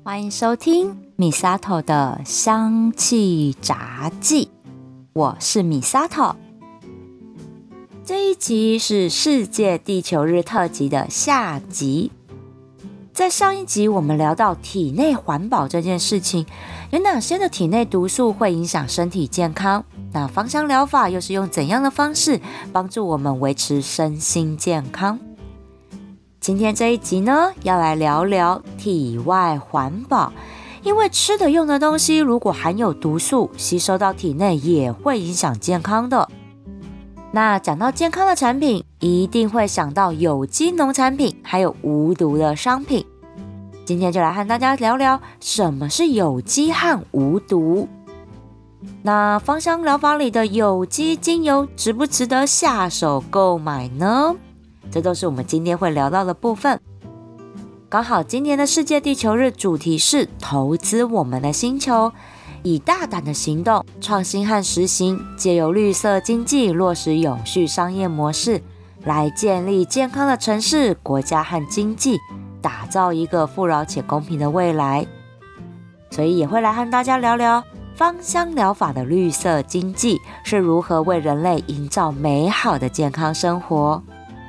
欢迎收听米萨头的香气杂记，我是米萨头。这一集是世界地球日特辑的下集。在上一集我们聊到体内环保这件事情，有哪些的体内毒素会影响身体健康？那芳香疗法又是用怎样的方式帮助我们维持身心健康？今天这一集呢，要来聊聊体外环保。因为吃的用的东西如果含有毒素，吸收到体内也会影响健康的。那讲到健康的产品，一定会想到有机农产品，还有无毒的商品。今天就来和大家聊聊什么是有机和无毒。那芳香疗法里的有机精油值不值得下手购买呢？这都是我们今天会聊到的部分。刚好今年的世界地球日主题是投资我们的星球，以大胆的行动、创新和实行，借由绿色经济落实永续商业模式，来建立健康的城市、国家和经济，打造一个富饶且公平的未来。所以也会来和大家聊聊芳香疗法的绿色经济是如何为人类营造美好的健康生活。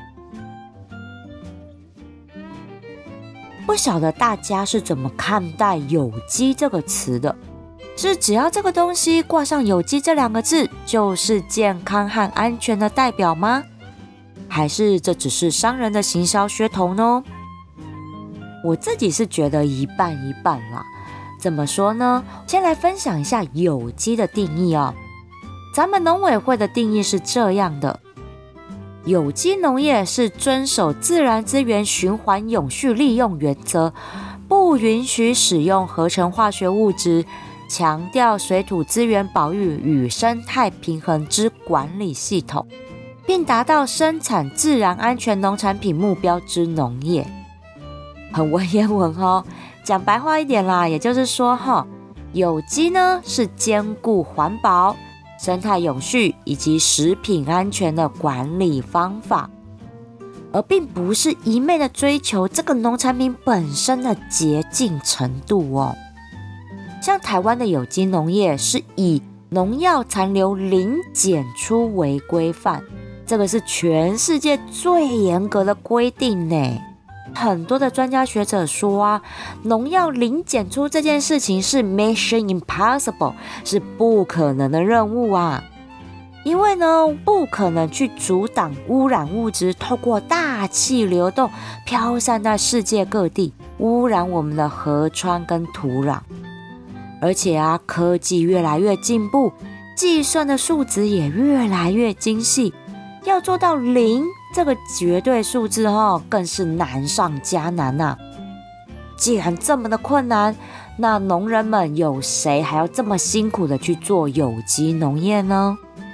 不晓得大家是怎么看待有机这个词的？是只要这个东西挂上有机这两个字，就是健康和安全的代表吗？还是这只是商人的行销噱头呢？我自己是觉得一半一半啦。怎么说呢？先来分享一下有机的定义哦。咱们农委会的定义是这样的：有机农业是遵守自然资源循环永续利用原则，不允许使用合成化学物质，强调水土资源保育与生态平衡之管理系统，并达到生产自然安全农产品目标之农业。很文言文哦，讲白话一点啦，也就是说有机呢是兼顾环保、生态永续以及食品安全的管理方法，而并不是一昧的追求这个农产品本身的洁净程度哦。像台湾的有机农业是以农药残留零检出为规范，这个是全世界最严格的规定呢。很多的专家学者说农药零检出这件事情是 Mission Impossible， 是不可能的任务啊。因为呢，不可能去阻挡污染物质透过大气流动飘散在世界各地，污染我们的河川跟土壤。而且科技越来越进步，计算的数值也越来越精细，要做到零这个绝对数字更是难上加难啊。既然这么的困难，那农人们有谁还要这么辛苦的去做有机农业呢？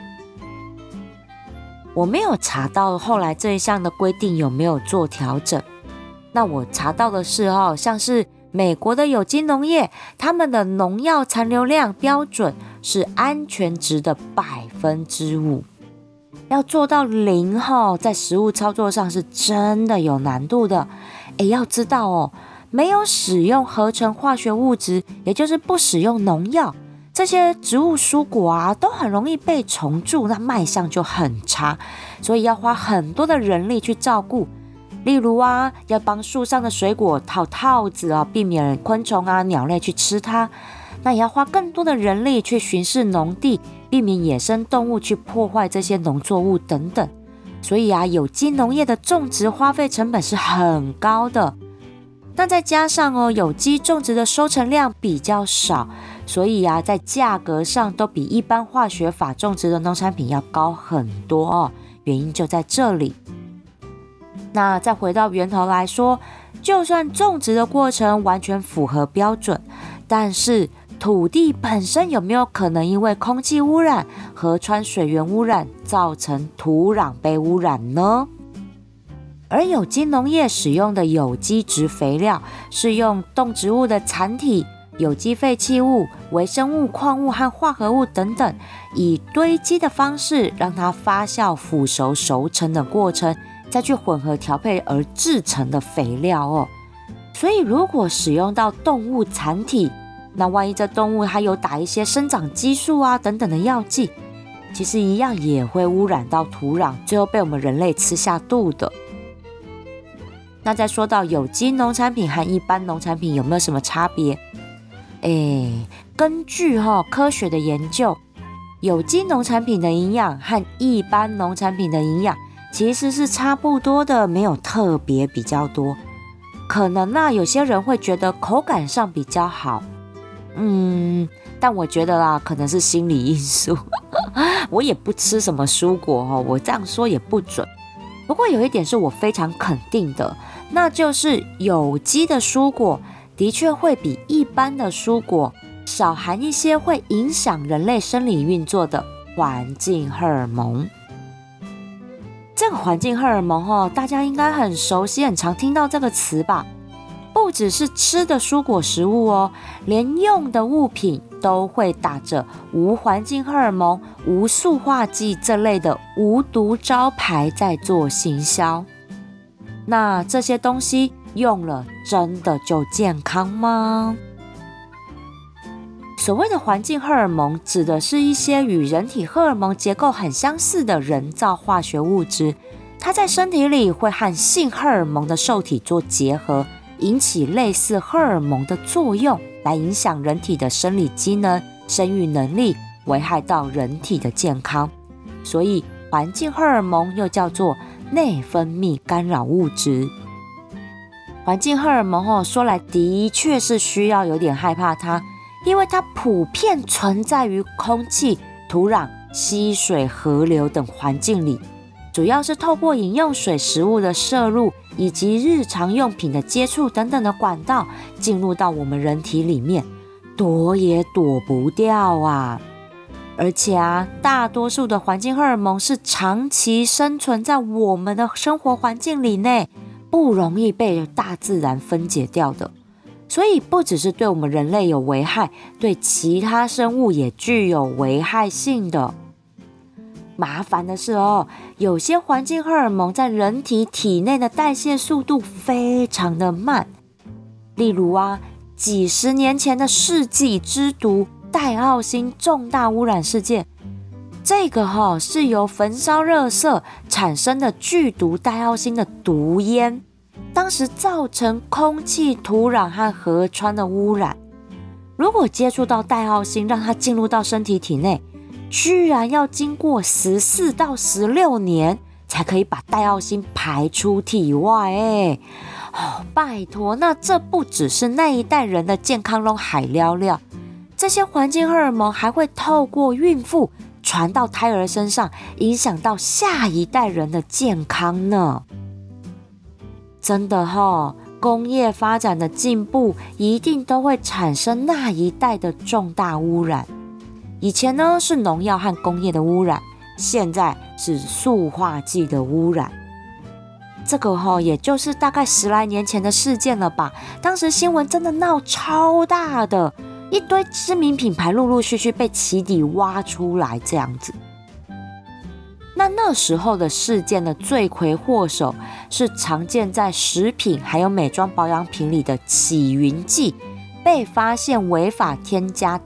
我没有查到后来这一项的规定有没有做调整。那我查到的是像是美国的有机农业，他们的农药残留量标准是安全值的5%。要做到零在实务操作上是真的有难度的。要知道没有使用合成化学物质，也就是不使用农药，这些植物蔬果都很容易被虫蛀，那卖相就很差，所以要花很多的人力去照顾。例如要帮树上的水果套套子避免昆虫鸟类去吃它。那也要花更多的人力去巡视农地，避免野生动物去破坏这些农作物等等。所以有机农业的种植花费成本是很高的。那再加上有机种植的收成量比较少，所以在价格上都比一般化学法种植的农产品要高很多原因就在这里。那再回到源头来说，就算种植的过程完全符合标准，但是土地本身有没有可能因为空气污染、河川水源污染造成土壤被污染呢？而有机农业使用的有机质肥料是用动植物的残体、有机废弃物、微生物、矿物和化合物等等，以堆积的方式让它发酵、腐熟、熟成的过程，再去混合调配而制成的肥料所以如果使用到动物残体，那万一这动物还有打一些生长激素啊等等的药剂，其实一样也会污染到土壤，最后被我们人类吃下肚的。那再说到有机农产品和一般农产品有没有什么差别？根据科学的研究，有机农产品的营养和一般农产品的营养其实是差不多的，没有特别比较多。可能有些人会觉得口感上比较好，但我觉得可能是心理因素。我也不吃什么蔬果我这样说也不准。不过有一点是我非常肯定的，那就是有机的蔬果的确会比一般的蔬果少含一些会影响人类生理运作的环境荷尔蒙。这个环境荷尔蒙大家应该很熟悉，很常听到这个词吧？不只是吃的蔬果食物连用的物品都会打着无环境荷尔蒙、无塑化剂这类的无毒招牌在做行销。那这些东西用了真的就健康吗？所谓的环境荷尔蒙指的是一些与人体荷尔蒙结构很相似的人造化学物质，它在身体里会和性荷尔蒙的受体做结合，引起类似荷尔蒙的作用，来影响人体的生理机能、生育能力，危害到人体的健康。所以环境荷尔蒙又叫做内分泌干扰物质。环境荷尔蒙说来的确是需要有点害怕它，因为它普遍存在于空气、土壤、溪水、河流等环境里，主要是透过饮用水、食物的摄入以及日常用品的接触等等的管道进入到我们人体里面，躲也躲不掉啊。而且大多数的环境荷尔蒙是长期生存在我们的生活环境里内，不容易被大自然分解掉的。所以不只是对我们人类有危害，对其他生物也具有危害性的。麻烦的是有些环境荷尔蒙在人体体内的代谢速度非常的慢。例如几十年前的世纪之毒戴奥辛重大污染事件，这个是由焚烧垃圾产生的剧毒戴奥辛的毒烟，当时造成空气、土壤和河川的污染。如果接触到戴奥辛，让它进入到身体体内，居然要经过14到16年才可以把戴奥辛排出体外拜托，那这不只是那一代人的健康都海了了，这些环境荷尔蒙还会透过孕妇传到胎儿身上，影响到下一代人的健康呢。真的工业发展的进步一定都会产生那一代的重大污染。以前呢是农药和工业的污染，现在是塑化剂的污染。这个也就是大概10来年前的事件了吧，当时新闻真的闹超大的，一堆知名品牌陆陆续续被起底挖出来这样子。那时候的事件的罪魁祸首是常见在食品还有美妆保养品里的起云剂被发现违法添加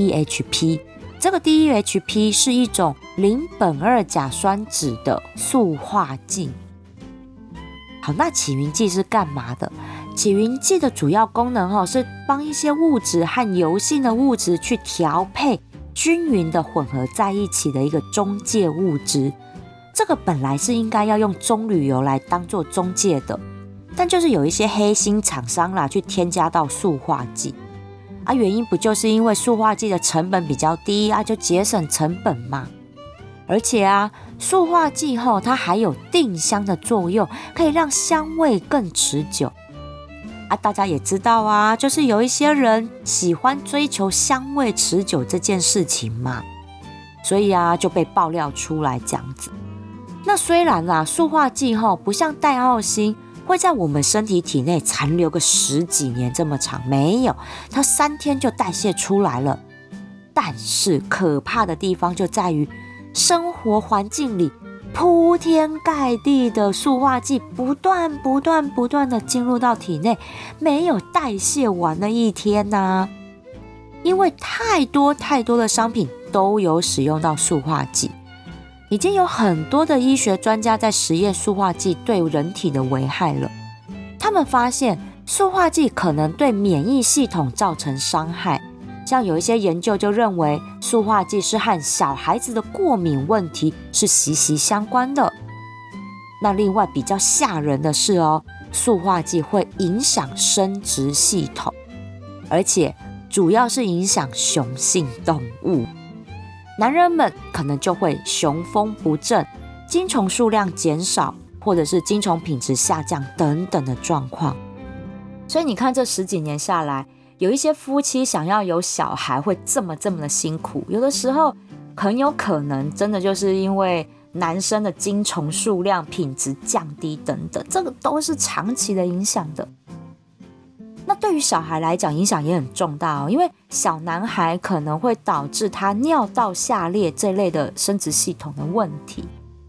DEHP。 这个 DEHP 是一种邻苯二甲酸酯的塑化剂。好，那起云剂是干嘛的？起云剂的主要功能是帮一些物质和油性的物质去调配，均匀的混合在一起的一个中介物质。这个本来是应该要用棕榈油来当做中介的，但就是有一些黑心厂商啦，去添加到塑化剂原因不就是因为塑化剂的成本比较低就节省成本嘛。而且塑化剂它还有定香的作用，可以让香味更持久大家也知道就是有一些人喜欢追求香味持久这件事情嘛，所以就被爆料出来这样子。那虽然塑化剂不像戴奥辛会在我们身体体内残留个10几年这么长，没有，它3天就代谢出来了。但是可怕的地方就在于生活环境里铺天盖地的塑化剂不断的进入到体内，没有代谢完的一天啊。因为太多的商品都有使用到塑化剂，已经有很多的医学专家在实验塑化剂对人体的危害了。他们发现塑化剂可能对免疫系统造成伤害，像有一些研究就认为塑化剂是和小孩子的过敏问题是息息相关的。那另外比较吓人的是塑化剂会影响生殖系统，而且主要是影响雄性动物，男人们可能就会雄风不振、精虫数量减少，或者是精虫品质下降等等的状况。所以你看这10几年下来，有一些夫妻想要有小孩会这么的辛苦，有的时候很有可能真的就是因为男生的精虫数量品质降低等等，这个都是长期的影响的。那对于小孩来讲影响也很重大因为小男孩可能会导致他尿道下裂这类的生殖系统的问题。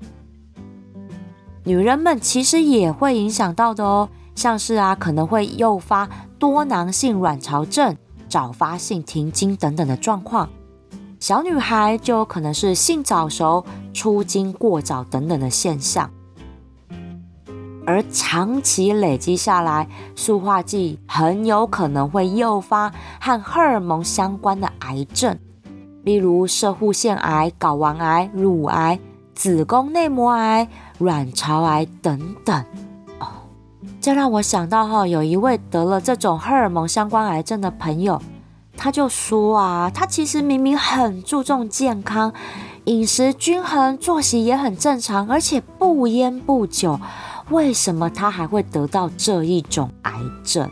女人们其实也会影响到的像是可能会诱发多囊性卵巢症、早发性停经等等的状况。小女孩就有可能是性早熟、出经过早等等的现象。而长期累积下来，塑化剂很有可能会诱发和荷尔蒙相关的癌症，例如攝護腺癌、睾丸癌、乳癌、子宫内膜癌、卵巢癌等等。这让我想到有一位得了这种荷尔蒙相关癌症的朋友，他就说他其实明明很注重健康，饮食均衡，作息也很正常，而且不烟不酒，为什么他还会得到这一种癌症？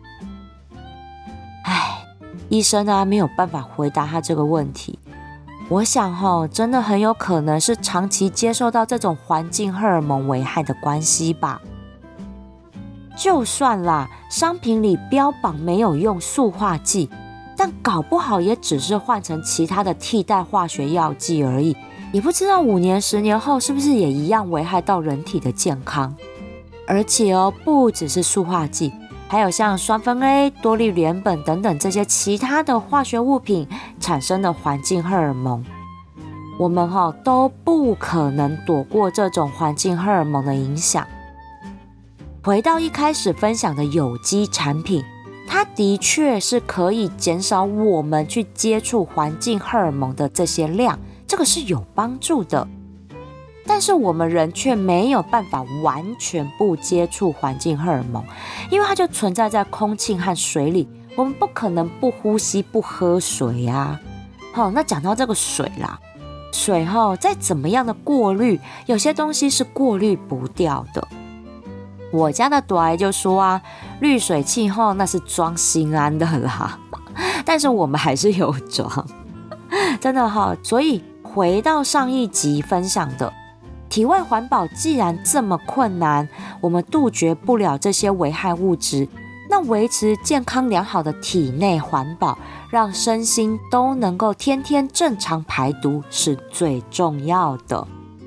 医生没有办法回答他这个问题。我想真的很有可能是长期接受到这种环境荷尔蒙危害的关系吧。就算商品里标榜没有用塑化剂，但搞不好也只是换成其他的替代化学药剂而已，也不知道5年10年后是不是也一样危害到人体的健康。而且不只是塑化剂，还有像双酚 A、多氯联苯等等这些其他的化学物品产生的环境荷尔蒙，我们都不可能躲过这种环境荷尔蒙的影响。回到一开始分享的有机产品，它的确是可以减少我们去接触环境荷尔蒙的这些量，这个是有帮助的。但是我们人却没有办法完全不接触环境荷尔蒙，因为它就存在在空气和水里，我们不可能不呼吸不喝水那讲到这个水水再怎么样的过滤，有些东西是过滤不掉的。我家的大爷就说滤水器那是装心安的啦，但是我们还是有装，真的所以回到上一集分享的体外环保，既然这么困难，我们杜绝不了这些危害物质，那维持健康良好的体内环保，让身心都能够天天正常排毒是最重要的。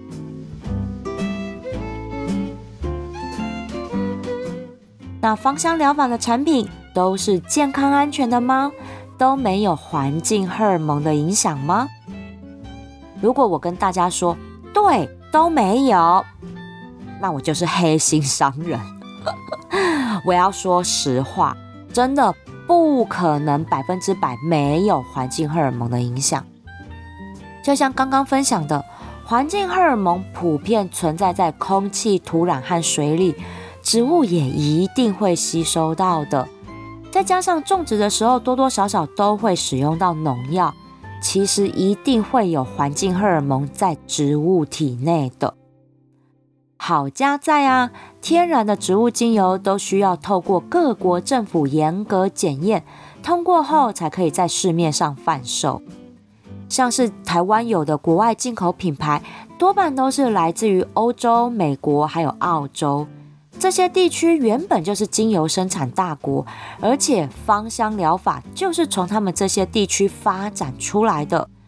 那芳香疗法的产品都是健康安全的吗？都没有环境荷尔蒙的影响吗？如果我跟大家说对，都没有，那我就是黑心商人。我要说实话，真的不可能100%没有环境荷尔蒙的影响。就像刚刚分享的，环境荷尔蒙普遍存在在空气、土壤和水里，植物也一定会吸收到的。再加上种植的时候多多少少都会使用到农药，其实一定会有环境荷尔蒙在植物体内的。好家在天然的植物精油都需要透过各国政府严格检验，通过后才可以在市面上贩售。像是台湾有的国外进口品牌，多半都是来自于欧洲、美国还有澳洲。这些地区原本就是精油生产大国，而且芳香疗法就是从他们这些地区发展出来的。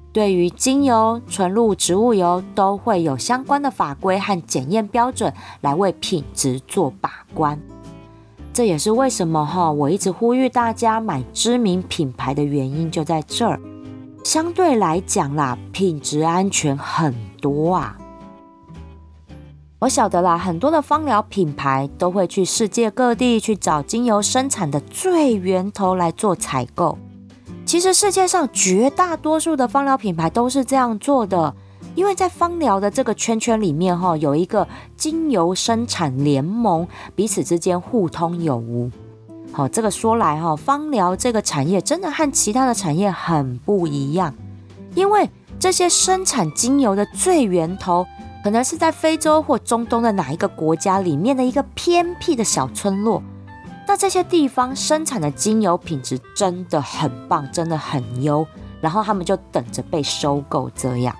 对于精油、纯露植物油都会有相关的法规和检验标准来为品质做把关。这也是为什么我一直呼吁大家买知名品牌的原因就在这儿。相对来讲啦，品质安全很多啊。我晓得啦，很多的芳疗品牌都会去世界各地去找精油生产的最源头来做采购。其实世界上绝大多数的芳疗品牌都是这样做的，因为在芳疗的这个圈圈里面有一个精油生产联盟，彼此之间互通有无。这个说来芳疗这个产业真的和其他的产业很不一样，因为这些生产精油的最源头可能是在非洲或中东的哪一个国家里面的一个偏僻的小村落。那这些地方生产的精油品质真的很棒，真的很优，然后他们就等着被收购这样。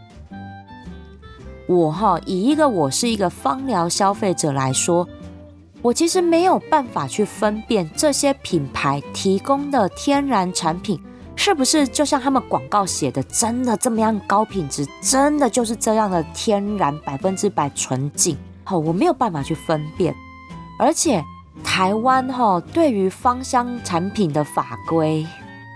我是一个芳疗消费者来说，我其实没有办法去分辨这些品牌提供的天然产品是不是就像他们广告写的真的这么样高品质，真的就是这样的天然100%纯净。我没有办法去分辨。而且台湾对于芳香产品的法规，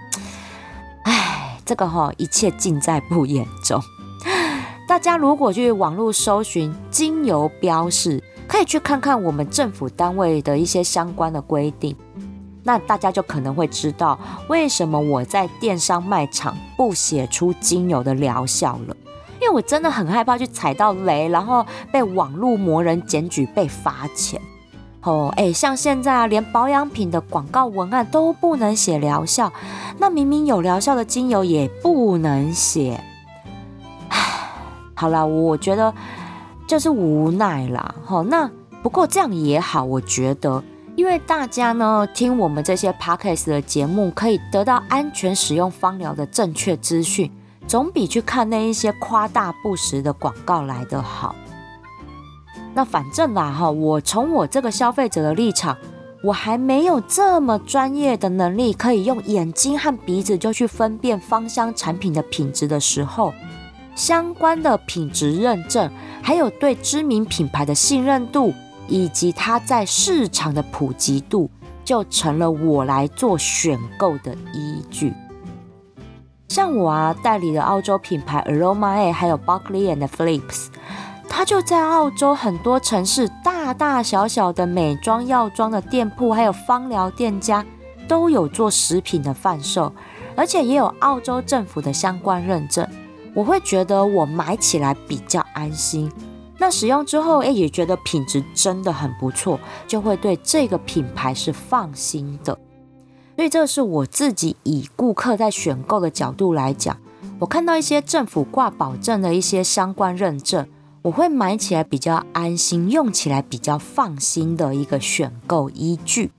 这个一切尽在不言中。大家如果去网络搜寻精油标示，可以去看看我们政府单位的一些相关的规定，那大家就可能会知道为什么我在电商卖场不写出精油的疗效了。因为我真的很害怕去踩到雷，然后被网络魔人检举被罚钱。像现在连保养品的广告文案都不能写疗效，那明明有疗效的精油也不能写。好啦，我觉得就是无奈啦。那不过这样也好，我觉得，因为大家呢听我们这些 podcast 的节目，可以得到安全使用芳疗的正确资讯，总比去看那一些夸大不实的广告来得好。那反正啦，我从我这个消费者的立场，我还没有这么专业的能力，可以用眼睛和鼻子就去分辨芳香产品的品质的时候，相关的品质认证，还有对知名品牌的信任度，以及它在市场的普及度，就成了我来做选购的依据。像我代理的澳洲品牌 Aroma A 还有 Buckley and Phillips， 它就在澳洲很多城市大大小小的美妆药妆的店铺，还有芳疗店家都有做食品的贩售，而且也有澳洲政府的相关认证。我会觉得我买起来比较安心，那使用之后也觉得品质真的很不错，就会对这个品牌是放心的。所以这是我自己以顾客在选购的角度来讲，我看到一些政府挂保证的一些相关认证，我会买起来比较安心，用起来比较放心的一个选购依据。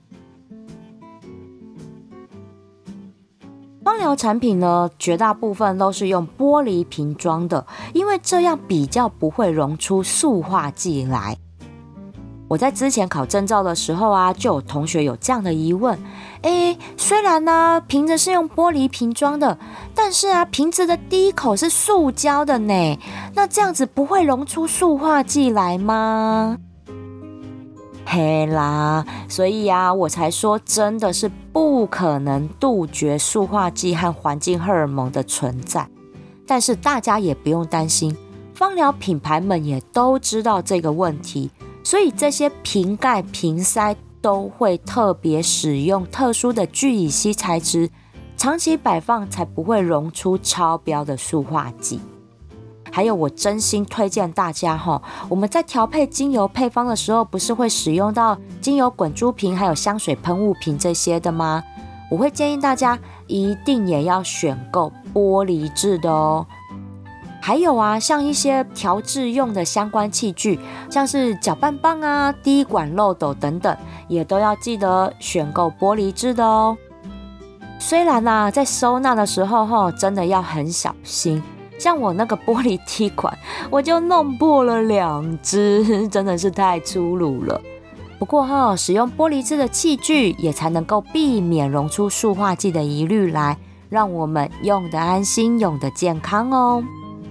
芳疗产品呢，绝大部分都是用玻璃瓶装的，因为这样比较不会溶出塑化剂来。我在之前考证照的时候啊，就有同学有这样的疑问，虽然呢瓶子是用玻璃瓶装的，但是啊瓶子的第一口是塑胶的呢，那这样子不会溶出塑化剂来吗？嘿啦，所以啊我才说真的是不可能杜绝塑化剂和环境荷尔蒙的存在。但是大家也不用担心，芳疗品牌们也都知道这个问题，所以这些瓶盖瓶塞都会特别使用特殊的聚乙烯材质，长期摆放才不会溶出超标的塑化剂。还有我真心推荐大家我们在调配精油配方的时候，不是会使用到精油滚珠瓶还有香水喷雾瓶这些的吗？我会建议大家一定也要选购玻璃质的哦。还有啊，像一些调制用的相关器具，像是搅拌棒啊、滴管漏斗等等，也都要记得选购玻璃质的哦。虽然啊，在收纳的时候真的要很小心，像我那个玻璃滴管，我就弄破了2只，真的是太粗鲁了。不过使用玻璃质的器具，也才能够避免溶出塑化剂的疑虑来， 让我们用得安心，用得健康哦。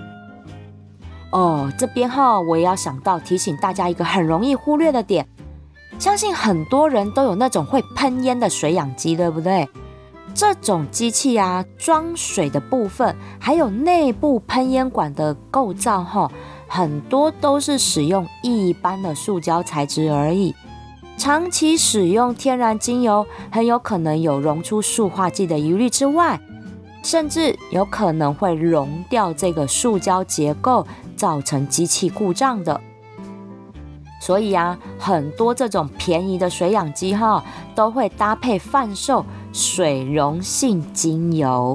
这边我也要想到提醒大家一个很容易忽略的点，相信很多人都有那种会喷烟的水氧机，对不对？这种机器啊，装水的部分还有内部喷烟管的构造很多都是使用一般的塑胶材质而已。长期使用天然精油，很有可能有溶出塑化剂的疑虑之外，甚至有可能会溶掉这个塑胶结构，造成机器故障的。所以啊，很多这种便宜的水养机都会搭配贩售水溶性精油。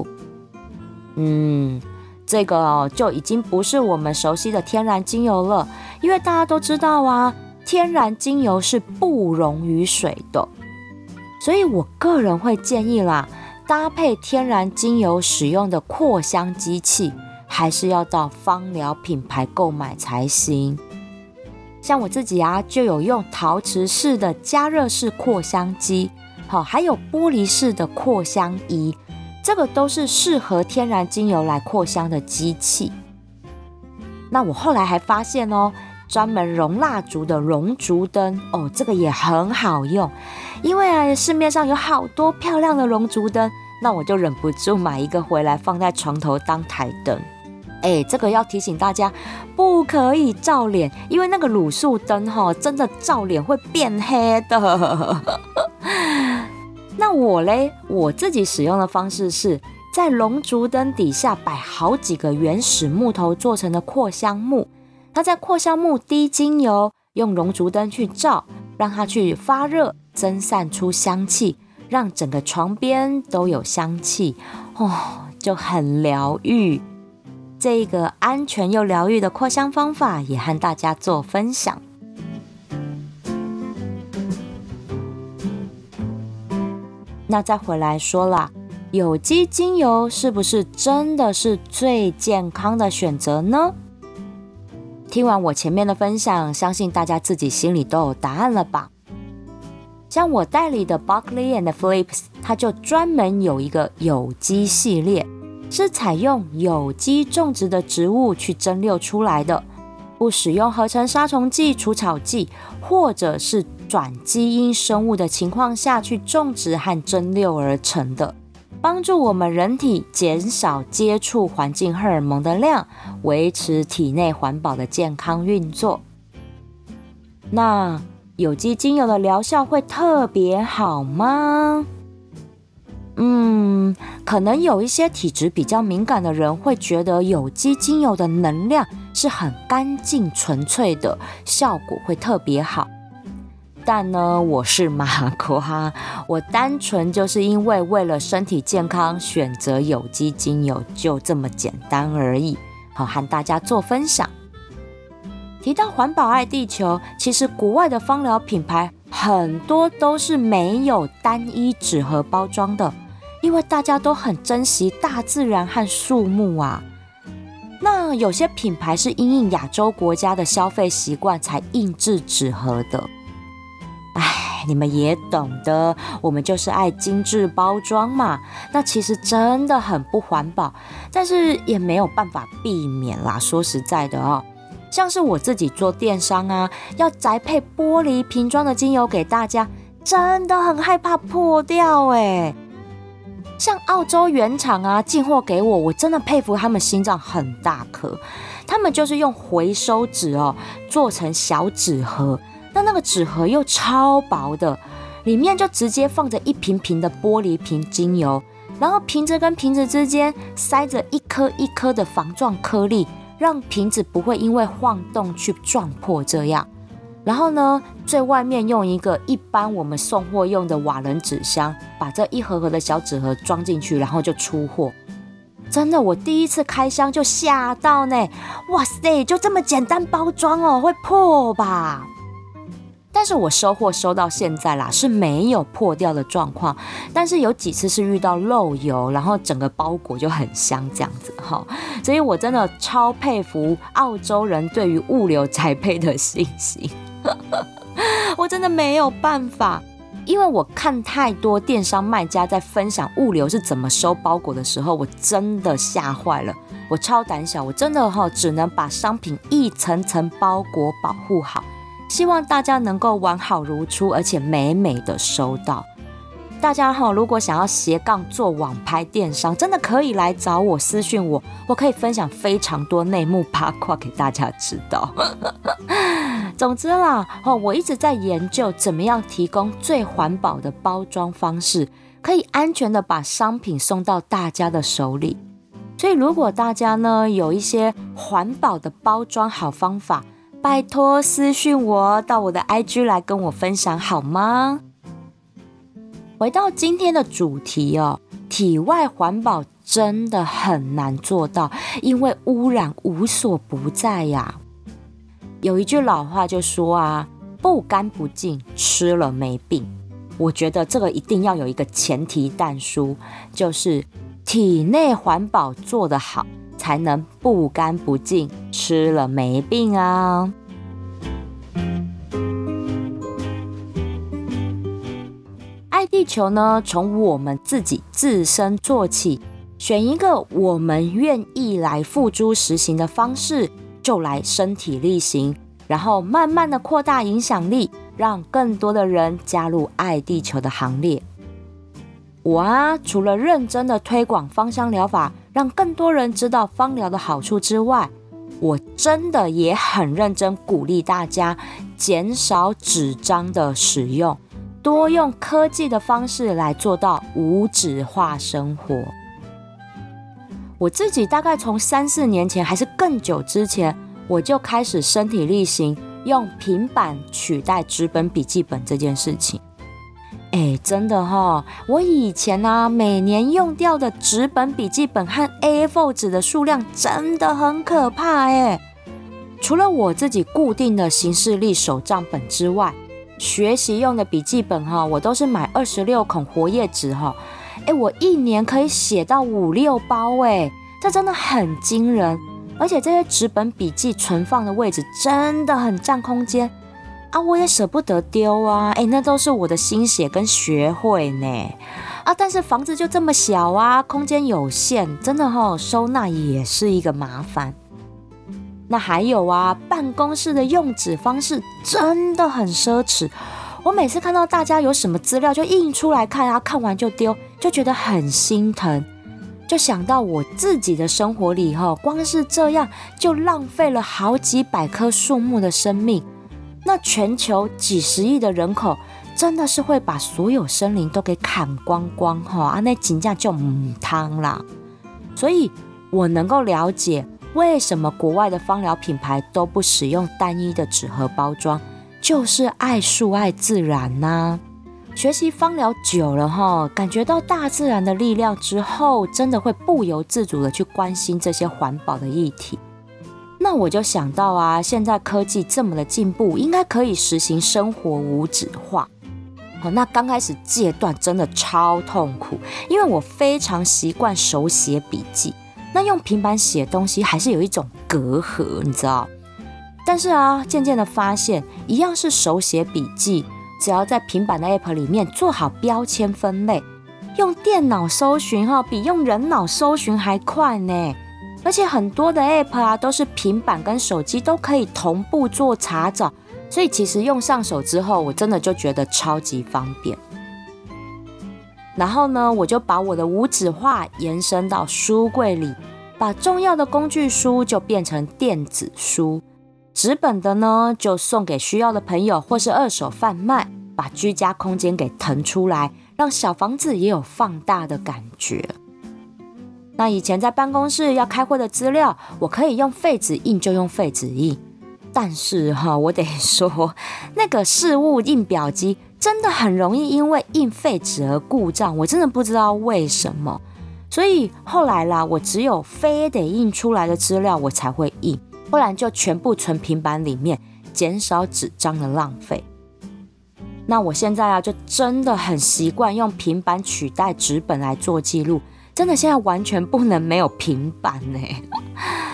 这个就已经不是我们熟悉的天然精油了，因为大家都知道啊，天然精油是不溶于水的。所以我个人会建议啦，搭配天然精油使用的扩香机器，还是要到芳疗品牌购买才行。像我自己啊，就有用陶瓷式的加热式扩香机，还有玻璃式的扩香仪，这个都是适合天然精油来扩香的机器。那我后来还发现专门熔蜡烛的熔烛灯这个也很好用，因为市面上有好多漂亮的熔烛灯，那我就忍不住买一个回来放在床头当台灯。这个要提醒大家，不可以照脸，因为那个卤素灯真的照脸会变黑的。那我自己使用的方式是在熔烛灯底下摆好几个原始木头做成的扩香木，那在扩香木滴精油，用熔烛灯去照，让它去发热，蒸散出香气，让整个床边都有香气，就很疗愈。这个安全又疗愈的扩香方法也和大家做分享。那再回来说啦，有机精油是不是真的是最健康的选择呢？听完我前面的分享，相信大家自己心里都有答案了吧？像我代理的 Buckley and Phillips， 它就专门有一个有机系列，是采用有机种植的植物去蒸馏出来的，不使用合成杀虫剂、除草剂，或者是转基因生物的情况下去种植和蒸馏而成的，帮助我们人体减少接触环境荷尔蒙的量，维持体内环保的健康运作。那有机精油的疗效会特别好吗？可能有一些体质比较敏感的人会觉得有机精油的能量是很干净纯粹的，效果会特别好。但呢，我是麻瓜，我单纯就是因为了身体健康选择有机精油，就这么简单而已。好，和大家做分享。提到环保爱地球，其实国外的芳疗品牌很多都是没有单一纸盒包装的，因为大家都很珍惜大自然和树木啊。那有些品牌是因应亚洲国家的消费习惯才印制纸盒的。你们也懂得，我们就是爱精致包装嘛，那其实真的很不环保，但是也没有办法避免啦。说实在的像是我自己做电商啊，要宅配玻璃瓶装的精油给大家，真的很害怕破掉像澳洲原厂啊进货给我，我真的佩服他们心脏很大颗，他们就是用回收纸做成小纸盒，那个纸盒又超薄的，里面就直接放着一瓶瓶的玻璃瓶精油，然后瓶子跟瓶子之间塞着一颗一颗的防撞颗粒，让瓶子不会因为晃动去撞破这样。然后呢，最外面用一个一般我们送货用的瓦楞纸箱，把这一盒盒的小纸盒装进去，然后就出货。真的，我第一次开箱就吓到呢！哇塞，就这么简单包装会破吧？但是我收货收到现在啦，是没有破掉的状况，但是有几次是遇到漏油，然后整个包裹就很香这样子所以我真的超佩服澳洲人对于物流宅配的信心我真的没有办法。 因为我看太多电商卖家在分享物流是怎么收包裹的时候，我真的吓坏了。我超胆小，我真的只能把商品一层层包裹保护好，希望大家能够完好如初，而且美美的收到。大家如果想要斜杠做网拍电商，真的可以来找我私讯我，我可以分享非常多内幕八卦给大家知道。总之啦，我一直在研究怎么样提供最环保的包装方式，可以安全的把商品送到大家的手里。所以如果大家呢有一些环保的包装好方法，拜托私讯我到我的 IG 来跟我分享好吗？回到今天的主题体外环保真的很难做到，因为污染无所不在呀。有一句老话就说不干不净，吃了没病。我觉得这个一定要有一个前提但书，就是体内环保做得好，才能不干不净，吃了没病啊。爱地球呢，从我们自身做起，选一个我们愿意来付诸实行的方式，就来身体力行，然后慢慢的扩大影响力，让更多的人加入爱地球的行列。我除了认真的推广芳香疗法，让更多人知道芳疗的好处之外，我真的也很认真鼓励大家减少纸张的使用，多用科技的方式来做到无纸化生活。我自己大概从3-4年前还是更久之前，我就开始身体力行，用平板取代纸本笔记本这件事情。真的我以前每年用掉的纸本笔记本和 A4 纸的数量真的很可怕除了我自己固定的行事历手账本之外，学习用的笔记本我都是买26孔活页纸我一年可以写到5-6包这真的很惊人。而且这些纸本笔记存放的位置真的很占空间我也舍不得丢那都是我的心血跟学会呢但是房子就这么小空间有限，真的收纳也是一个麻烦。那还有办公室的用纸方式真的很奢侈，我每次看到大家有什么资料就印出来看看完就丢，就觉得很心疼。就想到我自己的生活里光是这样就浪费了好几百棵树木的生命。那全球几十亿的人口真的是会把所有森林都给砍光光那真的就母汤啦。所以我能够了解为什么国外的芳疗品牌都不使用单一的纸盒包装，就是爱树爱自然学习芳疗久了感觉到大自然的力量之后，真的会不由自主的去关心这些环保的议题。那我就想到现在科技这么的进步，应该可以实行生活无纸化。那刚开始阶段真的超痛苦，因为我非常习惯手写笔记，那用平板写东西还是有一种隔阂，你知道。但是渐渐的发现，一样是手写笔记，只要在平板的 App 里面做好标签分类，用电脑搜寻比用人脑搜寻还快呢。而且很多的 App 都是平板跟手机都可以同步做查找，所以其实用上手之后，我真的就觉得超级方便。然后呢，我就把我的无纸化延伸到书柜里，把重要的工具书就变成电子书，纸本的呢就送给需要的朋友或是二手贩卖，把居家空间给腾出来，让小房子也有放大的感觉。那以前在办公室要开会的资料，我可以用废纸印就用废纸印，但是我得说，那个事务印表机真的很容易因为印废纸而故障，我真的不知道为什么。所以后来啦，我只有非得印出来的资料我才会印，不然就全部存平板里面，减少纸张的浪费。那我现在就真的很习惯用平板取代纸本来做记录，真的现在完全不能没有平板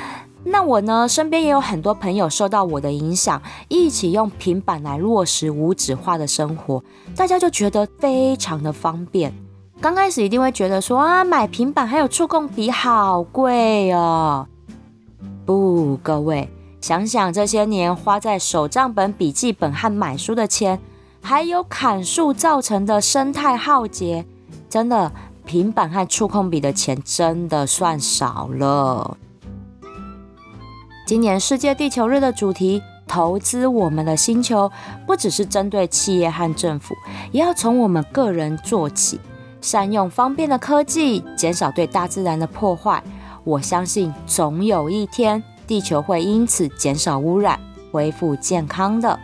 那我呢，身边也有很多朋友受到我的影响，一起用平板来落实无纸化的生活，大家就觉得非常的方便。刚开始一定会觉得说啊，买平板还有触控笔好贵哦。不，各位，想想这些年花在手账本、笔记本和买书的钱，还有砍树造成的生态浩劫，真的，平板和触控笔的钱真的算少了。今年世界地球日的主题投资我们的星球，不只是针对企业和政府，也要从我们个人做起，善用方便的科技，减少对大自然的破坏。我相信总有一天，地球会因此减少污染，恢复健康的。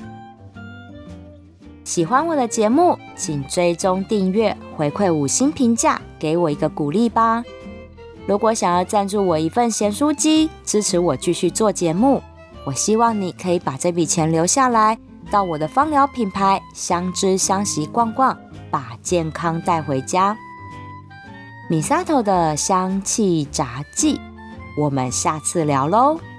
喜欢我的节目，请追踪订阅，回馈5星评价，给我一个鼓励吧。如果想要赞助我一份咸酥鸡，支持我继续做节目，我希望你可以把这笔钱留下来，到我的芳疗品牌相知相惜逛逛，把健康带回家。Misato 的香气杂技，我们下次聊咯。